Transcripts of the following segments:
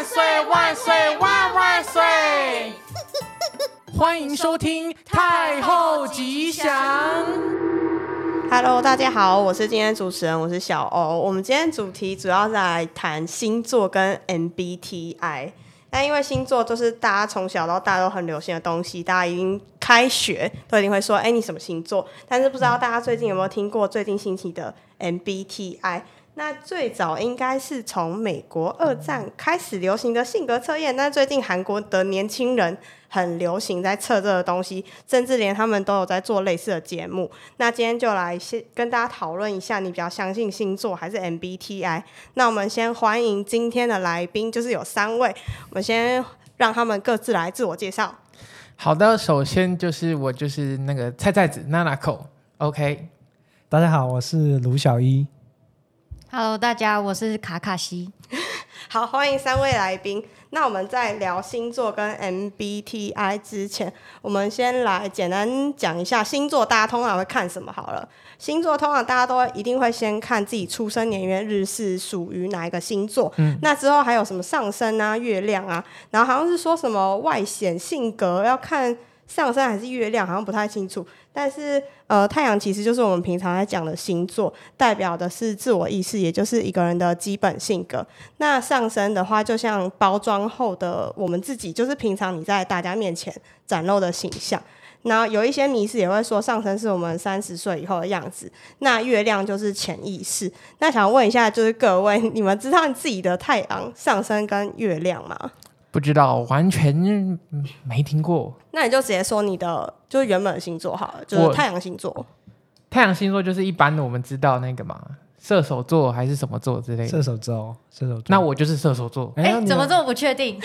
万岁万岁万万岁！欢迎收听太后吉祥。 Hello， 大家好，我是今天的主持人，我是小欧。我们今天主题主要是来谈星座跟 MBTI。那因为星座就是大家从小到大都很流行的东西，大家一定开学都一定会说，你什么星座？但是不知道大家最近有没有听过最近兴起的 MBTI？那最早应该是从美国二战开始流行的性格测验，但最近韩国的年轻人很流行在测这个东西，甚至连他们都有在做类似的节目。那今天就来先跟大家讨论一下，你比较相信星座还是 MBTI？ 那我们先欢迎今天的来宾，就是有3位，我们先让他们各自来自我介绍。 好的，首先就是我就是那个菜菜子 Nanako，OK， 大家好，我是卢小一。 Hello， 大家，我是卡卡西。 好，欢迎3位来宾。那我们在聊星座跟 MBTI 之前，我们先来简单讲一下星座大家通常会看什么好了。星座通常大家都一定会先看自己出生年月日是属于哪一个星座，那之后还有什么上升啊、月亮啊，然后好像是说什么外显性格要看上升还是月亮，好像不太清楚。但是太阳其实就是我们平常在讲的星座，代表的是自我意识，也就是一个人的基本性格。那上升的话就像包装后的我们自己，就是平常你在大家面前展露的形象。然后有一些迷思也会说上升是我们30岁以后的样子，那月亮就是潜意识。那想问一下就是各位，你们知道你自己的太阳上升跟月亮吗？ 不知道，完全没听过。 那你就直接说你的就是原本的星座好了，就是太阳星座。 太阳星座就是一般的我们知道那个嘛，射手座还是什么座之类的。 射手座。 那我就是射手座。 怎么这么不确定？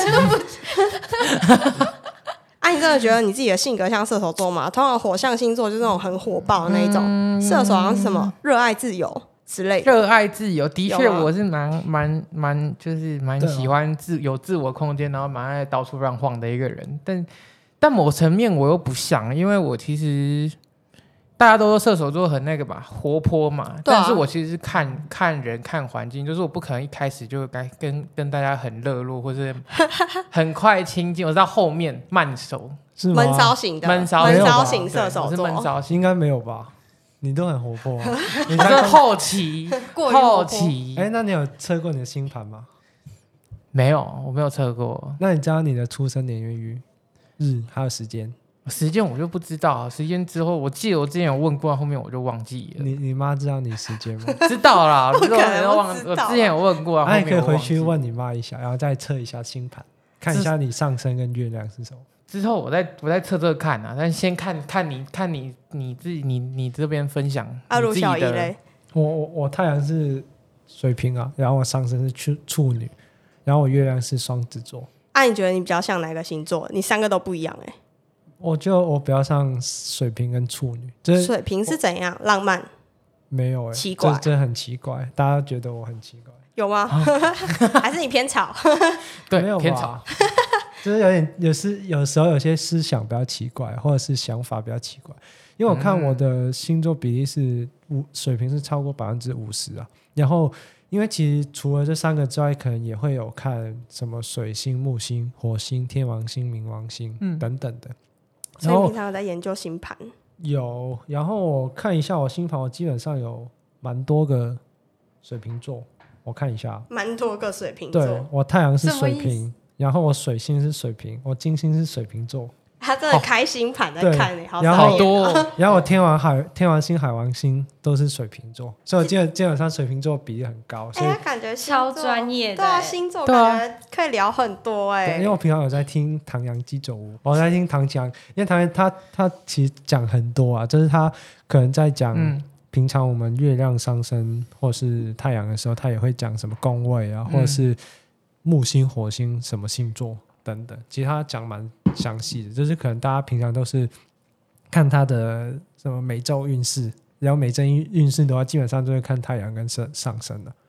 你真的觉得你自己的性格像射手座吗？通常火象星座就是那种很火爆的那一种，射手好像是什么热爱自由之类的。 热爱自由，的确我是蛮就是蛮喜欢有自我空间，然后蛮爱到处乱晃的一个人。但某层面我又不像，因为我其实大家都说射手座很那个吧，活泼嘛，但是我其实是看人看环境，就是我不可能一开始就该跟大家很热络，或是很快亲近，我是到后面慢熟， 是吗？ 闷骚型的，闷骚型射手座， 我是闷骚型， 应该没有吧？你都很活泼啊。 你是后期后期。 那你有测过你的星盘吗？ 没有，我没有测过。 那你知道你的出生年月日还有时间？ 时间我就不知道，时间之后我记得我之前有问过，后面我就忘记了。 你妈知道你时间吗？ 知道啦， 不可能我之前有问过， 那你可以回去问你妈一下，然后再测一下星盘，看一下你上升跟月亮是什么。 之后我再测测看啊，但先看你自己你这边分享你自己的。 卢小一嘞， 我太阳是水瓶啊，然后我上升是处女，然后我月亮是双子座。 你觉得你比较像哪个星座？你3个都不一样我比较像水瓶跟处女。就是水瓶是怎样？浪漫？ 没有奇怪， 这很奇怪，大家觉得我很奇怪， 有吗？还是你偏吵？ 对， 没有吧， 偏吵。 就是有时候有些思想比较奇怪，或者是想法比较奇怪。因为我看我的星座比例是水瓶是超过50%啊，然后因为其实除了这3个之外，可能也会有看什么水星、木星、火星、天王星、冥王星等等的。 所以你平常有在研究星盘？ 有，然后我看一下我星盘，我基本上有蛮多个水瓶座，我看一下， 蛮多个水瓶座。 对，我太阳是水瓶，然后我水星是水瓶，我金星是水瓶座。 他真的开星盘在看好多。然后我天王星、海王星都是水瓶座，所以我基本上水瓶座比例很高。所以他感觉超专业的。 对啊，星座感觉可以聊很多因为我平常有在听唐阳鸡酒屋，我在听唐强，因为唐阳他其实讲很多啊，就是他可能在讲平常我们月亮上升或是太阳的时候，他也会讲什么宫位啊，或者是木星、火星什么星座等等，其实他讲蛮详细的，就是可能大家平常都是看他的什么每周运势，然后每周运势的话，基本上就会看太阳跟上升的。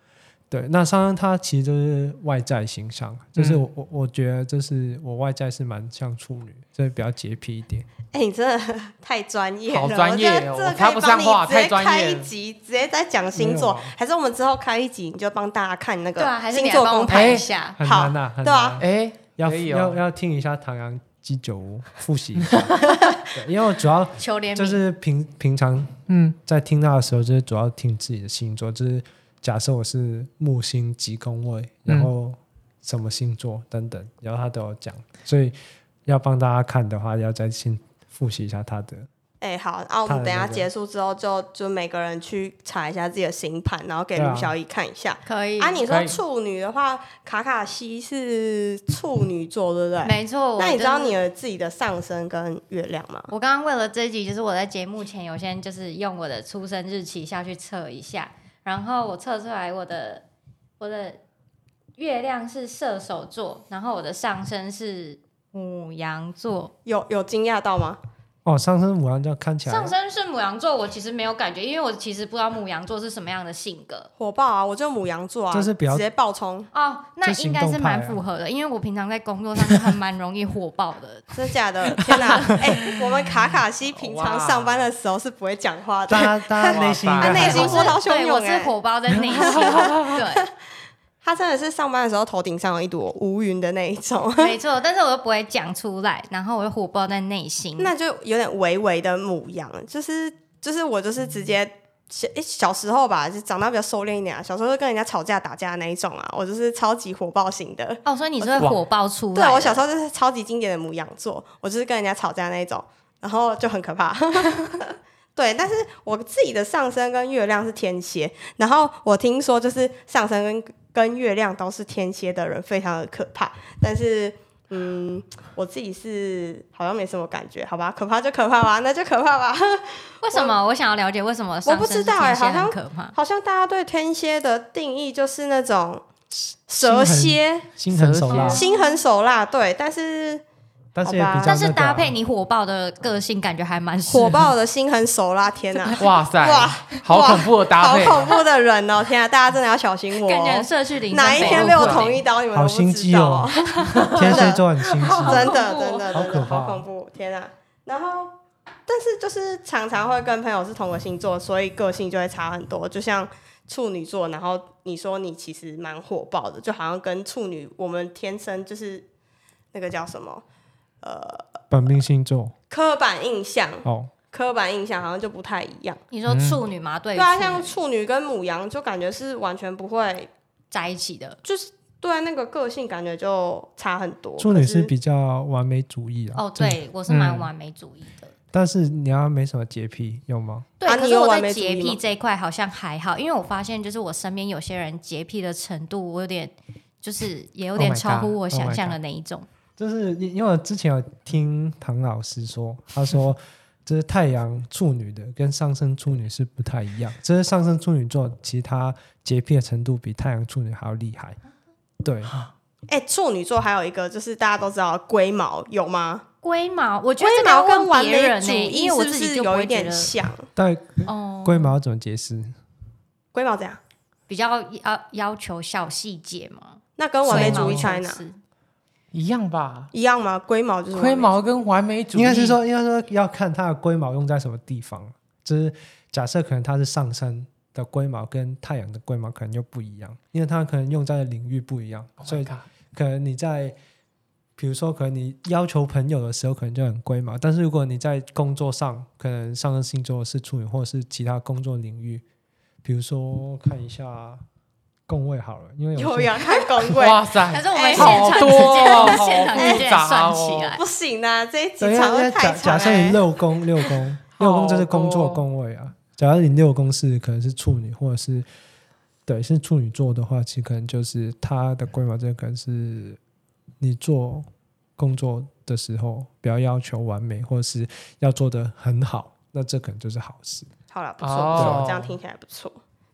对，那上升它其实就是外在形象，就是我觉得就是我外在是蛮像处女，所以比较洁癖一点。 你真的太专业了， 好专业哦， 我插不上话，太专业了。 开一集直接在讲星座，还是我们之后开一集，你就帮大家看那个星座公牌一下， 很难啊，很难。 要听一下唐阳鸡酒屋，复习一下。对，因为我主要就是平常在听到的时候，就是主要听自己的星座，就是假设我是木星几宫位，然后什么星座等等，然后他都有讲，所以要帮大家看的话，要再先复习一下他的。 好，我们等一下结束之后就每个人去查一下自己的星盘，然后给卢小怡看一下。 可以你说处女的话，卡卡西是处女座，对不对？ 没错。 那你知道你的自己的上升跟月亮吗？ 我刚刚为了这一集，就是我在节目前有先就是用我的出生日期下去测一下，然后我测出来我的月亮是射手座，然后我的上升是牡羊座。 有惊讶到吗？ 上升牡羊座看起来， 上升是牡羊座，我其实没有感觉，因为我其实不知道牡羊座是什么样的性格。 火爆啊，我就牡羊座啊， 就是比较直接爆冲那应该是蛮符合的，因为我平常在工作上就还蛮容易火爆的。 真的假的？天哪！我们卡卡西平常上班的时候是不会讲话的， 他内心波涛汹涌， 我是火爆在内心，对。 他真的是上班的时候头顶上有一朵乌云的那一种， 没错，但是我又不会讲出来，然后我又火爆在内心， 那就有点微微的母羊，就是我就是直接小时候吧，就长大比较收敛一点啊，小时候就跟人家吵架打架的那一种啊，我就是超级火爆型的。 所以你是会火爆出来？ 对，我小时候就是超级经典的母羊座，我就是跟人家吵架那一种，然后就很可怕。对，但是我自己的上升跟月亮是天蝎，然后我听说就是上升跟月亮都是天蝎的人非常的可怕，但是我自己是好像没什么感觉，好吧，可怕就可怕吧，那就可怕吧。 为什么？我想要了解为什么上升是天蝎很可怕？ 好像大家对天蝎的定义就是那种蛇蝎， 心狠手辣， 心狠手辣，对，但是但是搭配你火爆的个性，感觉还蛮火爆的心狠手辣。天哪！ 哇塞！好恐怖的搭配， 好恐怖的人哦！天啊，大家真的要小心我。 感觉社区里哪一天被我捅一刀，你们都不知道。 好心机哦！天蝎座很心机， 真的好可怕， 好恐怖！天啊！然后，但是就是常常会跟朋友是同个星座，所以个性就会差很多。就像处女座，然后你说你其实蛮火爆的，就好像跟处女我们天生就是那个叫什么？ 本命星座刻板印象刻板印象好像就不太一样。 你说处女吗？对啊，像处女跟牡羊就感觉是完全不会在一起的， 就是对那个个性感觉就差很多。 处女是比较完美主义啊。 对，我是蛮完美主义的。 但是你要没什么洁癖，有吗？ 对，可是我在洁癖这一块好像还好，因为我发现就是我身边有些人洁癖的程度，我有点就是也有点超乎我想象的那一种。 就是因为我之前有听唐老师说，他说就是太阳处女的跟上升处女是不太一样，就是上升处女座其实他洁癖的程度比太阳处女还要厉害。对， 处女座还有一个就是大家都知道龟毛，有吗？ 龟毛，我觉得龟毛跟完美主义，因为我自己就有一点像。 但龟毛怎么解释？ 龟毛怎样？ 比较要求小细节嘛？ 那跟完美主义差在哪？ 一样吧？ 一样吗？龟毛就是龟毛跟完美主义， 应该是说要看它的龟毛用在什么地方。就是假设可能它是上升的龟毛跟太阳的龟毛可能又不一样，因为它可能用在的领域不一样，所以可能你在比如说可能你要求朋友的时候可能就很龟毛，但是如果你在工作上可能上升星座是处女或者是其他工作领域，比如说看一下宫位好了，因为有要看宫位， 哇塞！ 可是我们好多现场直接算起来， 不行啊！这一集长得太长。 假设你六宫就是工作宫位啊。假如你六宫是可能是处女，或者是对是处女座的话，其实可能就是他的龟毛，这可能是你做工作的时候不要求完美，或者是要做得很好，那这可能就是好事。 好了，不错，这样听起来不错。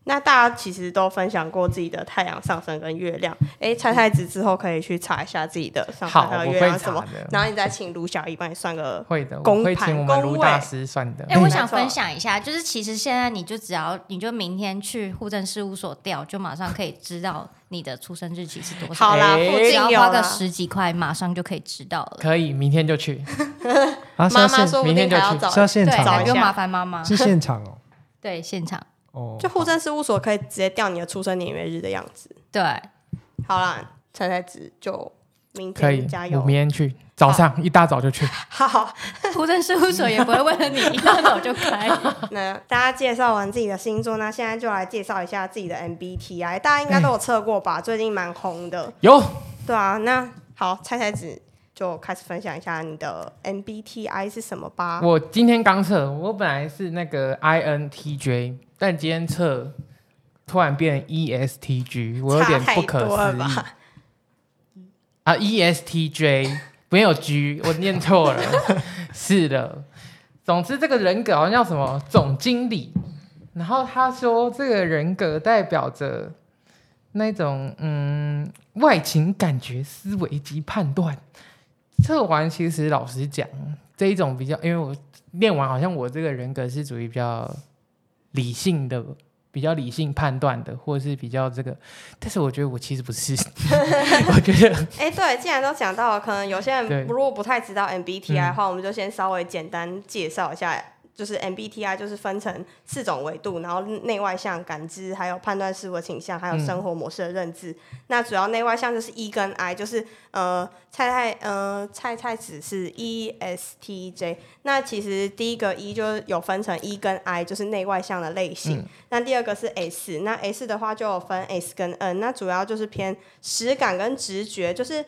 那大家其实都分享过自己的太阳上升跟月亮，菜子之后可以去查一下自己的上升和月亮什么，然后你再请卢小姨帮你算个公盘， 会请我们卢大师算的。 我想分享一下，就是其实现在你就明天去户政事务所调，就马上可以知道你的出生日期是多少。 好啦，附近有只要花个10几块，马上就可以知道了。 可以，明天就去。 妈妈说不定还要找， 是要现场， 对，不用麻烦妈妈。 是现场哦。 对，现场。 就户政事务所可以直接调你的出生年月日的样子。 对， 好啦，菜子就明天加油。 我明天去，早上一大早就去。 好， 户政事务所也不会为了你一大早就开。 那大家介绍完自己的星座，那现在就来介绍一下自己的 MBTI。大家应该都有测过吧？最近蛮红的。 有。 对啊，那好，菜子就开始分享一下你的 MBTI 是什么吧。 我今天刚测，我本来是那个 INTJ， 但今天测突然变 ESTG， 我有点不可思议。ESTJ 没有 G， 我念错了。是的，总之这个人格好像叫什么总经理，然后他说这个人格代表着那种外形、感觉、思维及判断。测完其实老实讲，这一种比较，因为我念完好像我这个人格是属于比较理性的，比较理性判断的，或者是比较这个，但是我觉得我其实不是。我觉得对，既然都讲到了，可能有些人如果不太知道 MBTI 的话，我们就先稍微简单介绍一下。就是 MBTI 就是分成4种维度，然后内外向、感知，还有判断事物的倾向，还有生活模式的认知。那主要内外向就是 E 跟 I， 就是菜子是 ESTJ。那其实第一个 E 就有分成 E 跟 I， 就是内外向的类型。那第二个是 S， 那 S 的话就有分 S 跟 N， 那主要就是偏实感跟直觉，就是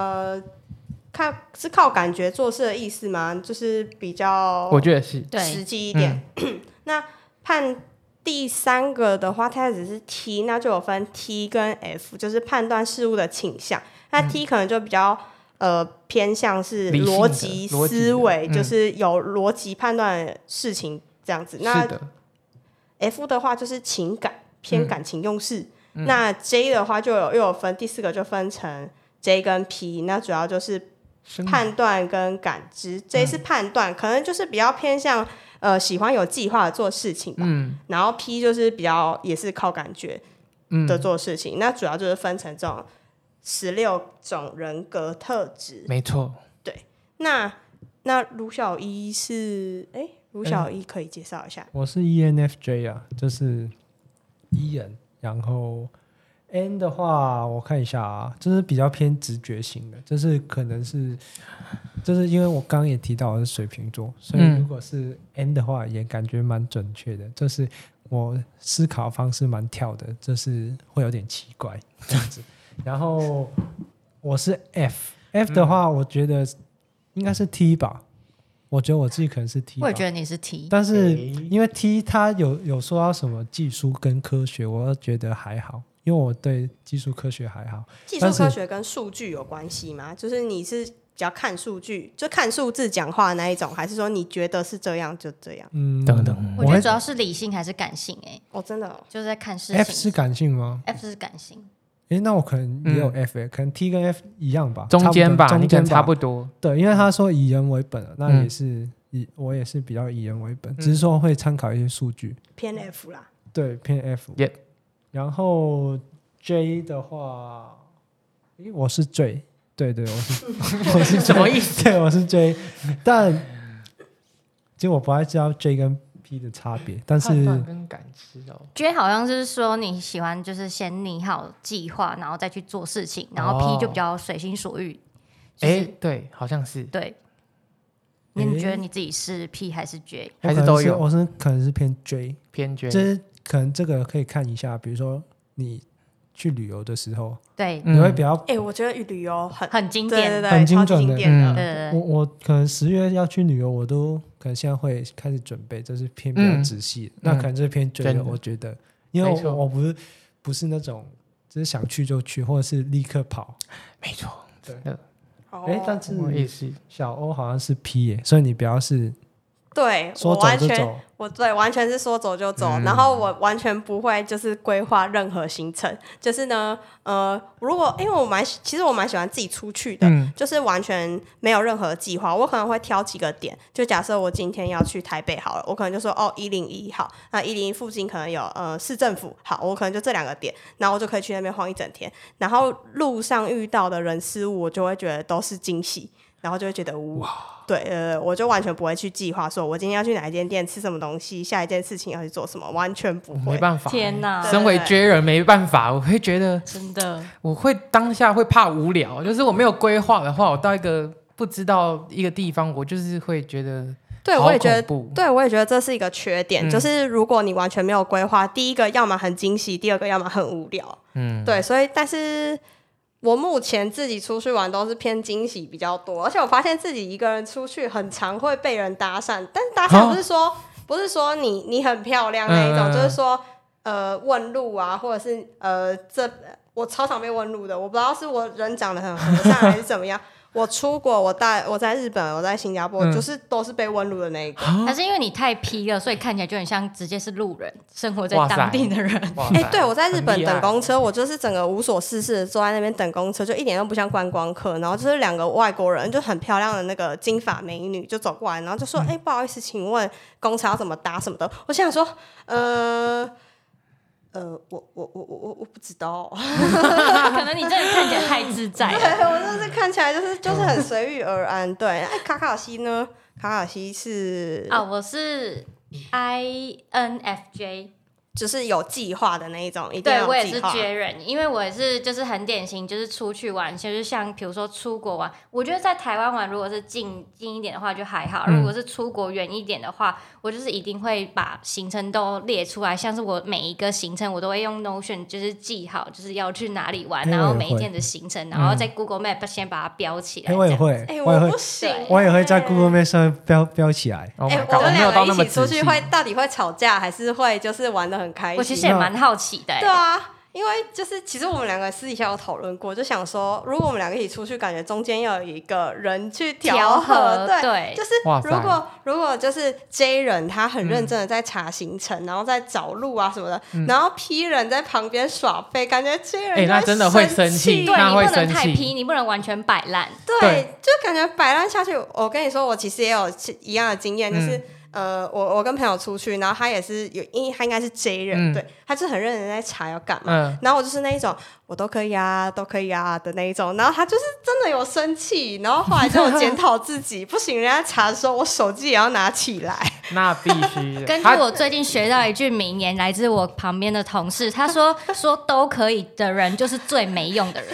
是靠感觉做事的意思吗？就是比较， 我觉得是实际一点。那第3个的话，它只是 T， 那就有分 T 跟 F， 就是判断事物的倾向。那 T 可能就比较偏向是逻辑思维，就是有逻辑判断的事情这样子。那 F 的话就是情感，偏感情用事。那 J 的话又有分，第4个就分成 J 跟 P， 那主要就是判断跟感知。J 是判断，可能就是比较偏向喜欢有计划的做事情吧。然后 P 就是比较也是靠感觉的做事情。那主要就是分成这种16种人格特质。 没错。 对，那卢小一是卢小一可以介绍一下。 我是 ENFJ 啊，就是 E 人，然后 N 的话，我看一下啊，就是比较偏直觉型的，就是可能是，就是因为我刚刚也提到我是水瓶座，所以如果是 N 的话，也感觉蛮准确的，就是我思考方式蛮跳的，就是会有点奇怪这样子。然后我是 F 的话，我觉得应该是 T 吧。我觉得我自己可能是 T， 我也觉得你是 T， 但是因为 T 它有说到什么技术跟科学，我觉得还好，因为我对技术科学还好。 技术科学跟数据有关系吗？就是你是比较看数据，就看数字讲话那一种，还是说你觉得是这样就这样？ 等等， 我觉得主要是理性还是感性？ 真的哦， 就是在看事情。 F 是感性吗？ F 是感性。 那我可能也有 F，可能 T 跟 F 一样吧， 中间吧， 中间差不多。 对，因为他说以人为本，那也是我也是比较以人为本，只是说会参考一些数据。 偏 F 啦。 对，偏 F。然后 J 的话，我是 J， 对，我是什么意思？ 对，我是 J， 但其实我不太知道 J 跟 P 的差别，但是判断跟感知 J 好像是说你喜欢就是先拟好计划，然后再去做事情，然后 P 就比较随心所欲。 对，好像是。 对，你觉得你自己是 P 还是 J？ 还是都有？ 我是可能是偏 J， 偏 J。 就是可能这个可以看一下，比如说你去旅游的时候， 对， 你会比较我觉得旅游很经典， 很精准的。 我可能10月要去旅游，我都可能现在会开始准备，这是偏比较仔细的。那可能这是偏 J 的，我觉得，因为我不是那种只是想去就去，或者是立刻跑。 没错， 对。但是我也是。 小欧好像是 P 耶，所以你不要是对， 说走就走。 我对完全是说走就走，然后我完全不会就是规划任何行程，就是呢，如果因为其实我蛮喜欢自己出去的，就是完全没有任何计划，我可能会挑几个点，就假设我今天要去台北好了，我可能就说101好，那101附近可能有市政府好，我可能就这2个点，然后我就可以去那边晃一整天，然后路上遇到的人事物，我就会觉得都是惊喜，然后就会觉得哇。对，我就完全不会去计划说我今天要去哪一间店吃什么东西，下一件事情要去做什么，完全不会。 没办法， 天哪！ 身为 J 人没办法，我会觉得真的， 我会当下会怕无聊，就是我没有规划的话，我到一个不知道一个地方，我就是会觉得。 对，我也觉得这是一个缺点，就是如果你完全没有规划，第一个要么很惊喜，第二个要么很无聊。对，所以但是。我目前自己出去玩都是偏惊喜比较多，而且我发现自己一个人出去很常会被人搭讪，但是搭讪不是说你很漂亮那一种，就是说问路啊，或者是我超常被问路的，我不知道是我人长得很和善还是怎么样。我出国，我在日本，我在新加坡，就是都是被问路的那一个。 还是因为你太 P 了，所以看起来就很像直接是路人，生活在当地的人。 对，我在日本等公车，我就是整个无所事事的坐在那边等公车，就一点都不像观光客。然后就是2个外国人，就很漂亮的那个金发美女就走过来，然后就说：“不好意思，请问公车要怎么搭什么的？”我想说，我不知道， 可能你真的看起来太自在了。 对，我就是看起来就是很随遇而安。对，卡卡西呢？卡卡西是我是 INFJ。 就是有计划的那一种，一定要有计划。 对，我也是J人，因为我也是就是很典型，就是出去玩，就是像比如说出国玩，我觉得在台湾玩如果是近一点的话就还好，如果是出国远一点的话，我就是一定会把行程都列出来，像是我每一个行程我都会用 Notion 就是记好，就是要去哪里玩，然后每一天的行程，然后在 Google Map 先把它标起来。 我也会， 我不行， 我也会在 Google Map 上面标起来。 我们2个一起出去到底会吵架，还是会就是玩得很开心？ 我其实也蛮好奇的。 对啊，因为就是其实我们2个私底下有讨论过，就想说如果我们2个一起出去，感觉中间要有一个人去调和。对，就是如果就是 J 人他很认真的在查行程，然后在找路啊什么的，然后 P 人在旁边耍废，感觉 J 人那真的会生气。 对，你不能太 P， 你不能完全摆烂。 对，就感觉摆烂下去。我跟你说，我其实也有一样的经验，就是我跟朋友出去，然后他也是因为他应该是 J 人，对，他就很认真在查要干嘛，然后我就是那一种我都可以啊的那一种，然后他就是真的有生气，然后后来就有检讨自己，不行，人家查的时候我手机也要拿起来， 那必须的。 根据我最近学到一句名言，来自我旁边的同事，他说都可以的人就是最没用的人。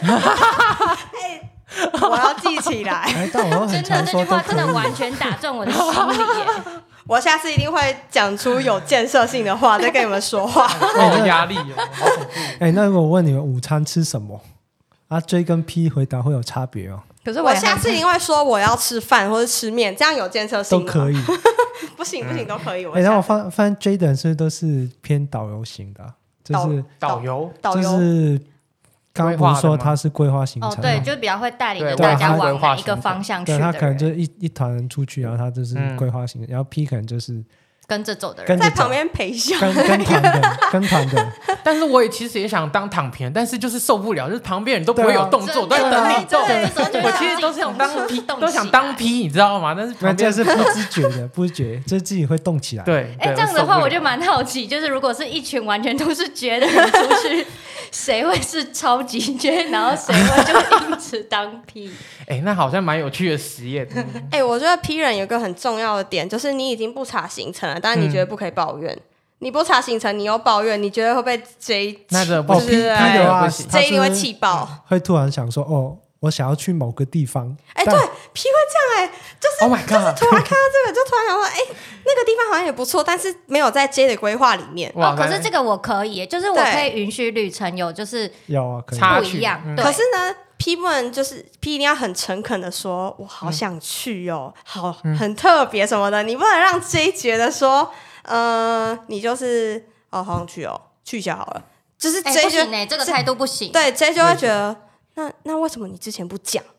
我要记起来。 但我真的这句话真的完全打中我的心里耶。 我下次一定会讲出有建设性的话，再跟你们说话。 好有压力哦，好恐怖。 那如果我问你们午餐吃什么，J 跟 P 回答会有差别哦。 可是我下次一定会说我要吃饭或者吃面，这样有建设性都可以。 不行都可以。 然后我发现 J 的人是不是都是偏导游型的，就是导游， 就是刚刚不是说他是规划行程， 对，就比较会带领着大家往哪一个方向去的人。 对，他可能就一团人出去，然后他就是规划行程，然后 P 可能就是跟着走的人， 在旁边陪笑， 跟团的。 但是我其实也想当躺平，但是就是受不了，就是旁边人都不会有动作，都在等你动。我其实都是想当 P， 都想当 P， 你知道吗？但是旁边这是不自觉的，不自觉，就是自己会动起来。 对， 这样的话我就蛮好奇，就是如果是一群完全都是觉的人出去。谁会是超级绝，然后谁会就因此当 P？ 那好像蛮有趣的实验。 我觉得 P 人有一个很重要的点，就是你已经不查行程了，但是你觉得不可以抱怨。你不查行程，你又抱怨，你觉得会被 J？ 那个不是 P 的话 ，J 一定会气爆， 会突然想说我想要去某个地方。 对 ，P 会这样就是 ，Oh my God， 就是突然看到这个，就突然想说，那个地方好像也不错，但是没有在 J 的规划里面。 可是这个我可以，就是我可以允许旅程有就是可以不一样。 可是呢 ，P 不能就是 P 一定要很诚恳的说，我好想去很特别什么的，你不能让 J 觉得说，你就是好想去去一下好了，就是 J 不行这个态度不行。 对 ，J 就会觉得。那为什么你之前不讲？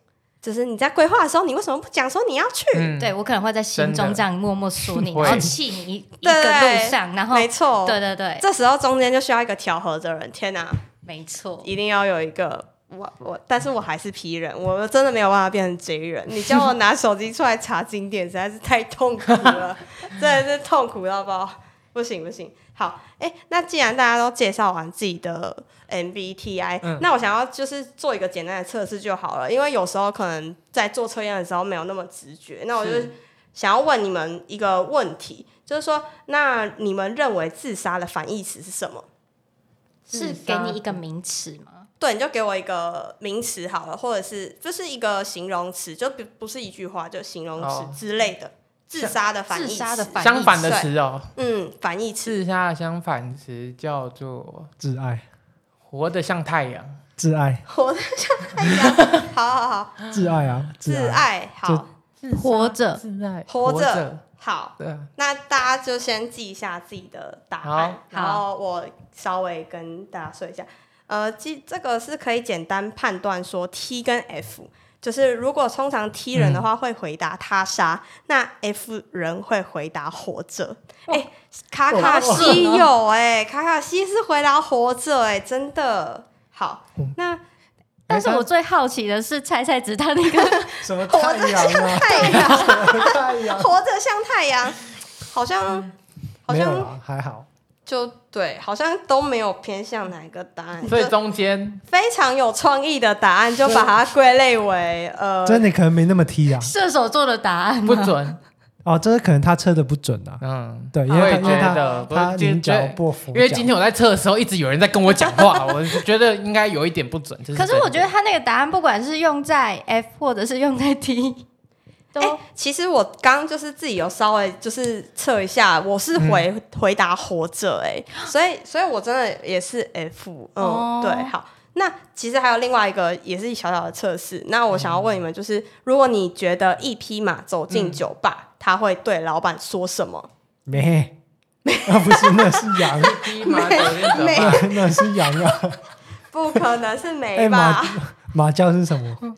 就是你在规划的时候，你为什么不讲说你要去？ 对我可能会在心中这样默默说你，然后气你一个路上，然后没错， 对对对， 这时候中间就需要一个调和的人。天哪， 没错， 一定要有一个但是我还是 P 人，我真的没有办法变成 J 人。你叫我拿手机出来查经典，实在是太痛苦了，真的是痛苦到爆，不行。好，那既然大家都介绍完自己的 MBTI，那我想要就是做一个简单的测试就好了，因为有时候可能在做测验的时候没有那么直觉，那我就想要问你们一个问题，就是说，那你们认为自杀的反义词是什么？ 是给你一个名词吗？ 对，你就给我一个名词好了，或者是就是一个形容词，就不是一句话，就形容词之类的。自杀的反义词， 相反的词哦。 反义词。 自杀的相反词叫做挚爱， 活得像太阳。 挚爱， 活得像太阳。好， 挚爱啊， 挚爱，好， 活着， 活着，好。对，那大家就先记一下自己的答案，然后我稍微跟大家说一下。这个是可以简单判断说 T 跟 F。就是如果通常 T 人的话会回答他杀，那 F 人会回答活着。卡卡西有卡卡西是回答活着真的好。那但是我最好奇的是菜子他那个什么太阳啊， 太阳，活着像太阳，好像没有啦，还好。 就对，好像都没有偏向哪一个答案， 所以中间非常有创意的答案就把它归类为真的可能没那么 T 啊， 射手座的答案不准哦，这是可能他测的不准啊。对，因为他棱角不符。 因为今天我在测的时候，一直有人在跟我讲话，我觉得应该有一点不准。 可是我觉得他那个答案，不管是用在 F 或者是用在 T。 其实我刚刚就是自己有稍微就是测一下，我是回答活着所以我真的也是 F。对，好。那其实还有另外一个也是小小的测试，那我想要问你们，就是如果你觉得一匹马走进酒吧，他会对老板说什么？ 没不是，那是羊。 一匹马走进酒吧， 那是羊啊， 不可能是没吧？ 马叫是什么？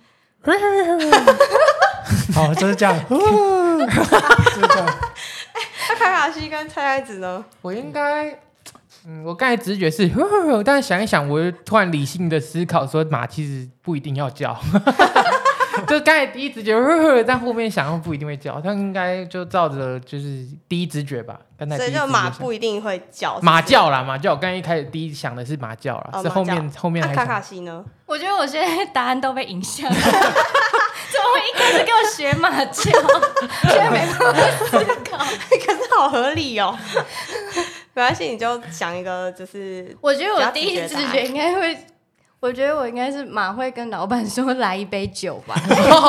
好，就是这样。就是这样。 那卡卡西跟菜子呢？ 我应该，我刚才直觉是，但是想一想，我突然理性的思考说，马其实不一定要叫。就刚才第一直觉，但后面想不一定会叫，他应该就照着就是第一直觉吧。 所以就马不一定会叫， 马叫啦，马叫。我刚才一开始第一想的是马叫啦，是后面还卡卡西呢？ 我觉得我现在答案都被影响了。怎么会一开始给我学马叫？现在没办法思考， 可是好合理哦。没关系，你就想一个，就是我觉得我第一直觉应该会。我觉得我应该是马会跟老板说来一杯酒吧。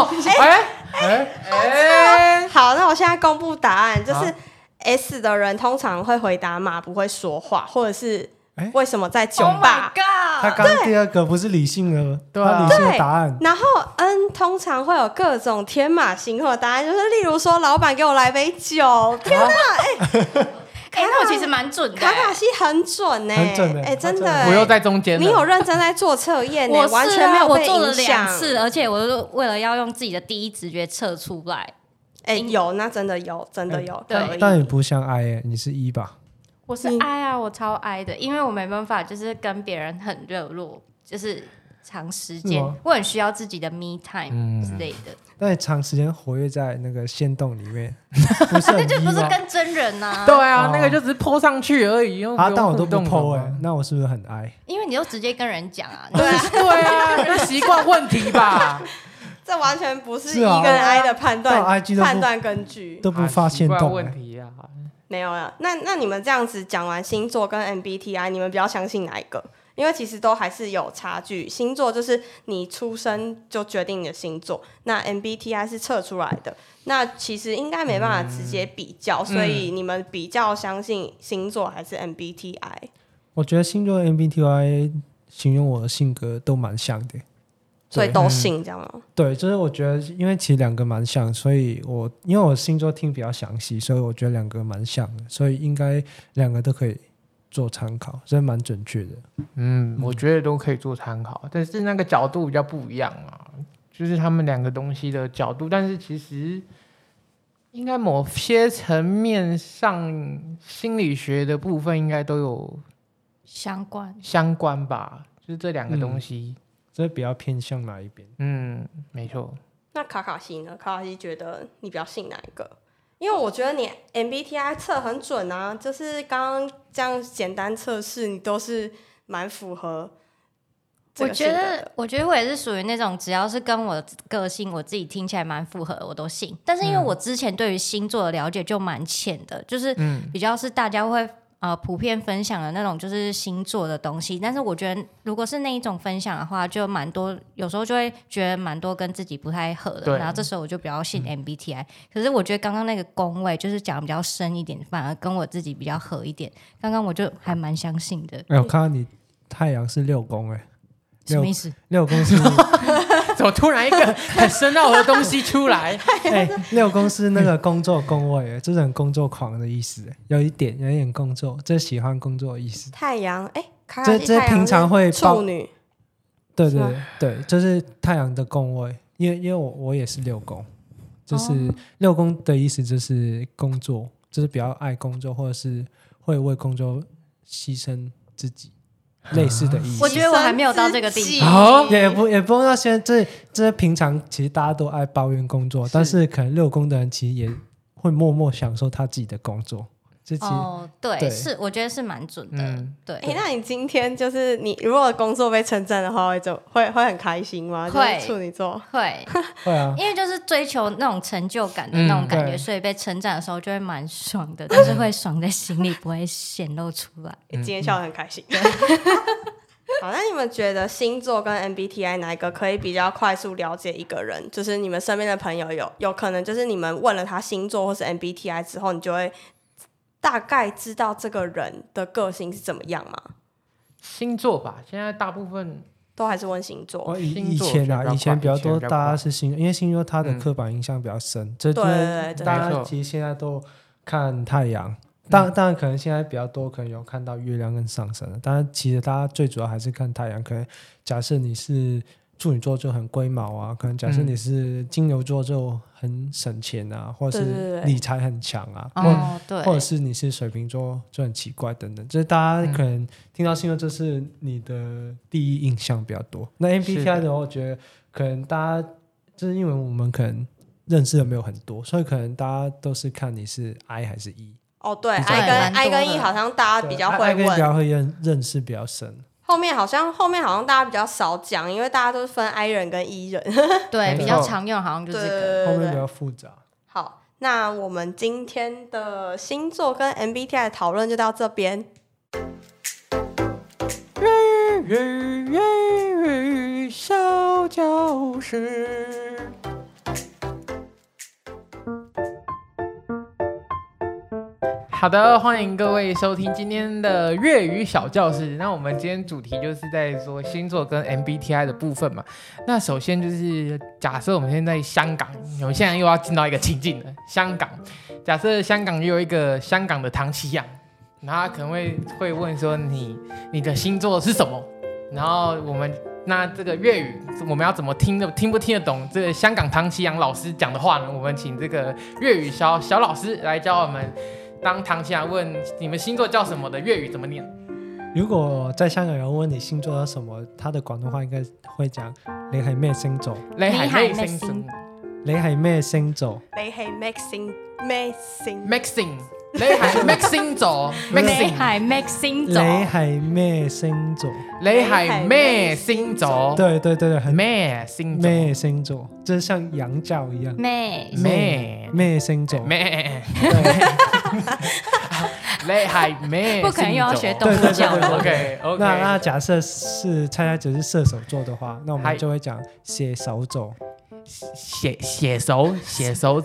好，那我现在公布答案，就是 S 的人通常会回答马不会说话，或者是为什么在酒吧。 他刚第二个不是理性的，他理性的答案。 然后 N 通常会有各种天马行空的答案，就是例如说老板给我来杯酒。天哪， 那我其实蛮准的， 卡卡西很准很准的， 真的。 我又在中间， 你有认真在做测验我完全没有被影响。 我做了2次，而且我是为了要用自己的第一直觉测出来。 有，那真的有，真的有。 但你不像 I 你是E 吧？ 我是 I 啊，我超 I 的，因为我没办法就是跟别人很热络，就是长时间，我很需要自己的 me time 之类的。 但你长时间活跃在那个线洞里面， 那就不是跟真人啊。 对啊，那个就只是 po 上去而已。 但我都不 po 那我是不是很 I？ 因为你就直接跟人讲啊。 对啊，那习惯问题吧。 这完全不是E跟 I 的判断根据， 都不发现动问题啊。 没有了。那你们这样子讲完星座跟 MBTI， 你们比较相信哪一个？因为其实都还是有差距。星座就是你出生就决定你的星座，那 MBTI 是测出来的，那其实应该没办法直接比较，所以你们比较相信星座还是 MBTI？ 我觉得星座 MBTI 形容我的性格都蛮像的。 所以都信这样吗？ 对，就是我觉得，因为其实两个蛮像，所以因为我星座听比较详细，所以我觉得两个蛮像的，所以应该两个都可以做参考，所以蛮准确的。 我觉得都可以做参考，但是那个角度比较不一样嘛。 就是他们两个东西的角度，但是其实应该某些层面上心理学的部分应该都有相关吧，就是这两个东西， 这比较偏向哪一边？ 没错。 那卡卡西呢？卡卡西觉得你比较信哪一个？因为我觉得你 MBTI 测很准啊，就是刚刚这样简单测试，你都是蛮符合这个性格的。 我觉得我也是属于那种只要是跟我的个性我自己听起来蛮符合我都信，但是因为我之前对于星座的了解就蛮浅的，就是比较是大家会普遍分享的那种就是星座的东西，但是我觉得如果是那一种分享的话就蛮多，有时候就会觉得蛮多跟自己不太合的，然后这时候我就比较信 MBTI，可是我觉得刚刚那个宫位就是讲比较深一点，反而跟我自己比较合一点，刚刚我就还蛮相信的。 我看到你太阳是6宫什么意思 ？6宫是怎么突然一个很深奥的东西出来 ？6宫是那个工作宫位，这是很工作狂的意思，有一点工作，这喜欢工作的意思。 太阳这平常会处女， 对，这是太阳的宫位，因为我也是6宫，就是6宫的意思就是工作，就是比较爱工作，或者是会为工作牺牲自己。类似的意思， 我觉得我还没有到这个地步，也不用到现在。这平常其实大家都爱抱怨工作，但是可能6宫的人其实也会默默享受他自己的工作。 对，是我觉得是蛮准的。对， 那你今天就是你如果工作被称赞的话，会很开心吗？ 会， 处女座会啊， 因为就是追求那种成就感的那种感觉，所以被称赞的时候就会蛮爽的，但是会爽在心里，不会显露出来。 今天笑得很开心。好，那你们觉得星座跟 MBTI 哪一个可以比较快速了解一个人？就是你们身边的朋友有可能就是你们问了他星座或是 MBTI 之后，你就会大概知道这个人的个性是怎么样吗？ 星座吧，现在大部分都还是问星座。 以前比较多，大家是星座，因为星座它的刻板印象比较深，这对大家其实现在都看太阳。当然可能现在比较多可能有看到月亮跟上升了，当然其实大家最主要还是看太阳。可能假设你是处女座就很龟毛啊，可能假设你是金牛座就很省钱啊，或者是理财很强啊，或者是你是水瓶座就很奇怪等等，就是大家可能听到星座这是你的第一印象比较多。那 MBTI 的话，我觉得可能大家就是因为我们可能认识的没有很多，所以可能大家都是看你是 I 还是 E。 对 I 跟 E 好像大家比较会问， 比较会认识比较深。 后面好像大家比较少讲，因为大家都是分 I 人跟 E 人。 对，比较常用好像就这个。 后面比较复杂。 好，那我们今天的星座跟 MBTI 的讨论就到这边。 小教室。好的，欢迎各位收听今天的粤语小教室。那我们今天主题就是在说星座跟 MBTI 的部分嘛。那首先就是假设我们现在香港，我们现在又要进到一个情境了。香港，假设香港又有一个香港的唐奇阳，然后他可能会问说你的星座是什么？然后那这个粤语我们要怎么听不听得懂这个香港唐奇阳老师讲的话呢？我们请这个粤语小老师来教我们。当唐奇阳问你们星座叫什么的粤语怎么念？ 如果在香港人问你星座叫什么，他的广东话应该会讲你係咩星座？ 你係咩星座？ 你係咩星座？ 你係咩星？咩星？ 咩星？你係咩星座？ 你係咩星座？ 你係咩星座？ 你係咩星座？ 对， 咩星座？ 咩星座？就是像洋教一样。 咩星座？ 咩？你係咩？ 不可能又要学动物叫了。 OK。 那假设是猜者是射手座的话，那我们就会讲射手座。 射手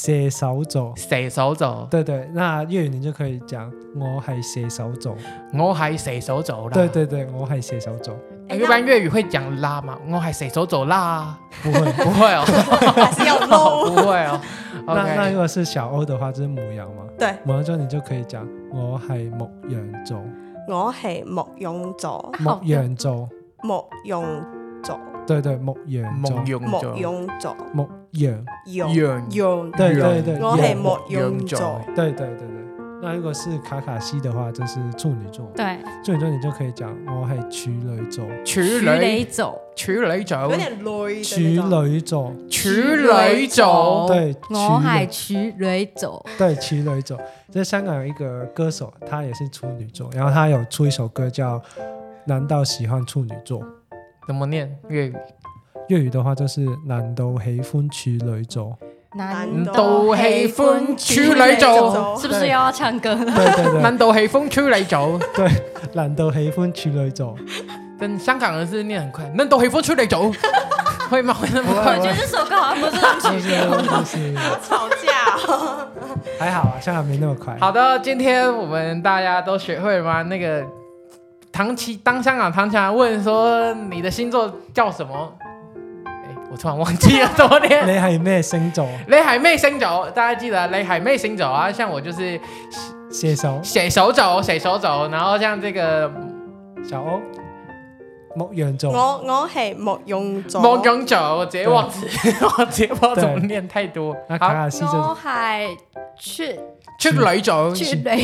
座。 对，那粤语你就可以讲我係射手座。 我係射手座啦。 对，我係射手座。 一般粤语会讲啦嘛？我係射手座啦。 不会哦， 还是要 low。 不会哦。 那如果是小欧的话，就是牡羊嘛。 对， 牡羊座你就可以讲我係牧羊座。 我係牧羊座。 牧羊座。 对对，木羊座， 木羊座， 木羊， 对对对， 我係木羊座， 对对对对。那如果是卡卡西的話，就是處女座。 对， 處女座你就可以講我係處女座， 處女座， 處女座， 有點累處女座， 處女座， 對， 我係處女座， 對，處女座。在香港有一個歌手，他也是處女座，然後他有出一首歌叫《難道喜歡處女座》。 怎麼念粵語？ 粵語的話就是難道喜歡處女座。 難道喜歡處女座？ 是不是又要唱歌了？ 對對對， 難道喜歡處女座？ 對，難道喜歡處女座？ 但香港人是念很快，難道喜歡處女座？會嗎？會那麼快？ 我覺得這首歌好像不是很曲是吵架哦。 還好啊，香港沒那麼快。 好的，今天我們大家都學會了嗎？那個當香港唐強問說你的星座叫什麼？我突然忘記了怎麼念。 你係咩星座？ 你係咩星座？大家記得你係咩星座啊？像我就是射手座，然後像這個小歐牧羊座。 我係牧羊座。 牧羊座，我直接忘記，我直接不知道怎麼念太多。 那卡卡西就我係處女座，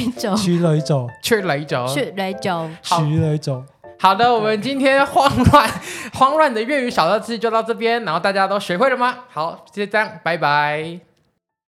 處女座。 好的，我們今天慌亂的粵語小測試就到這邊，然後大家都學會了嗎？好，就這樣，拜拜。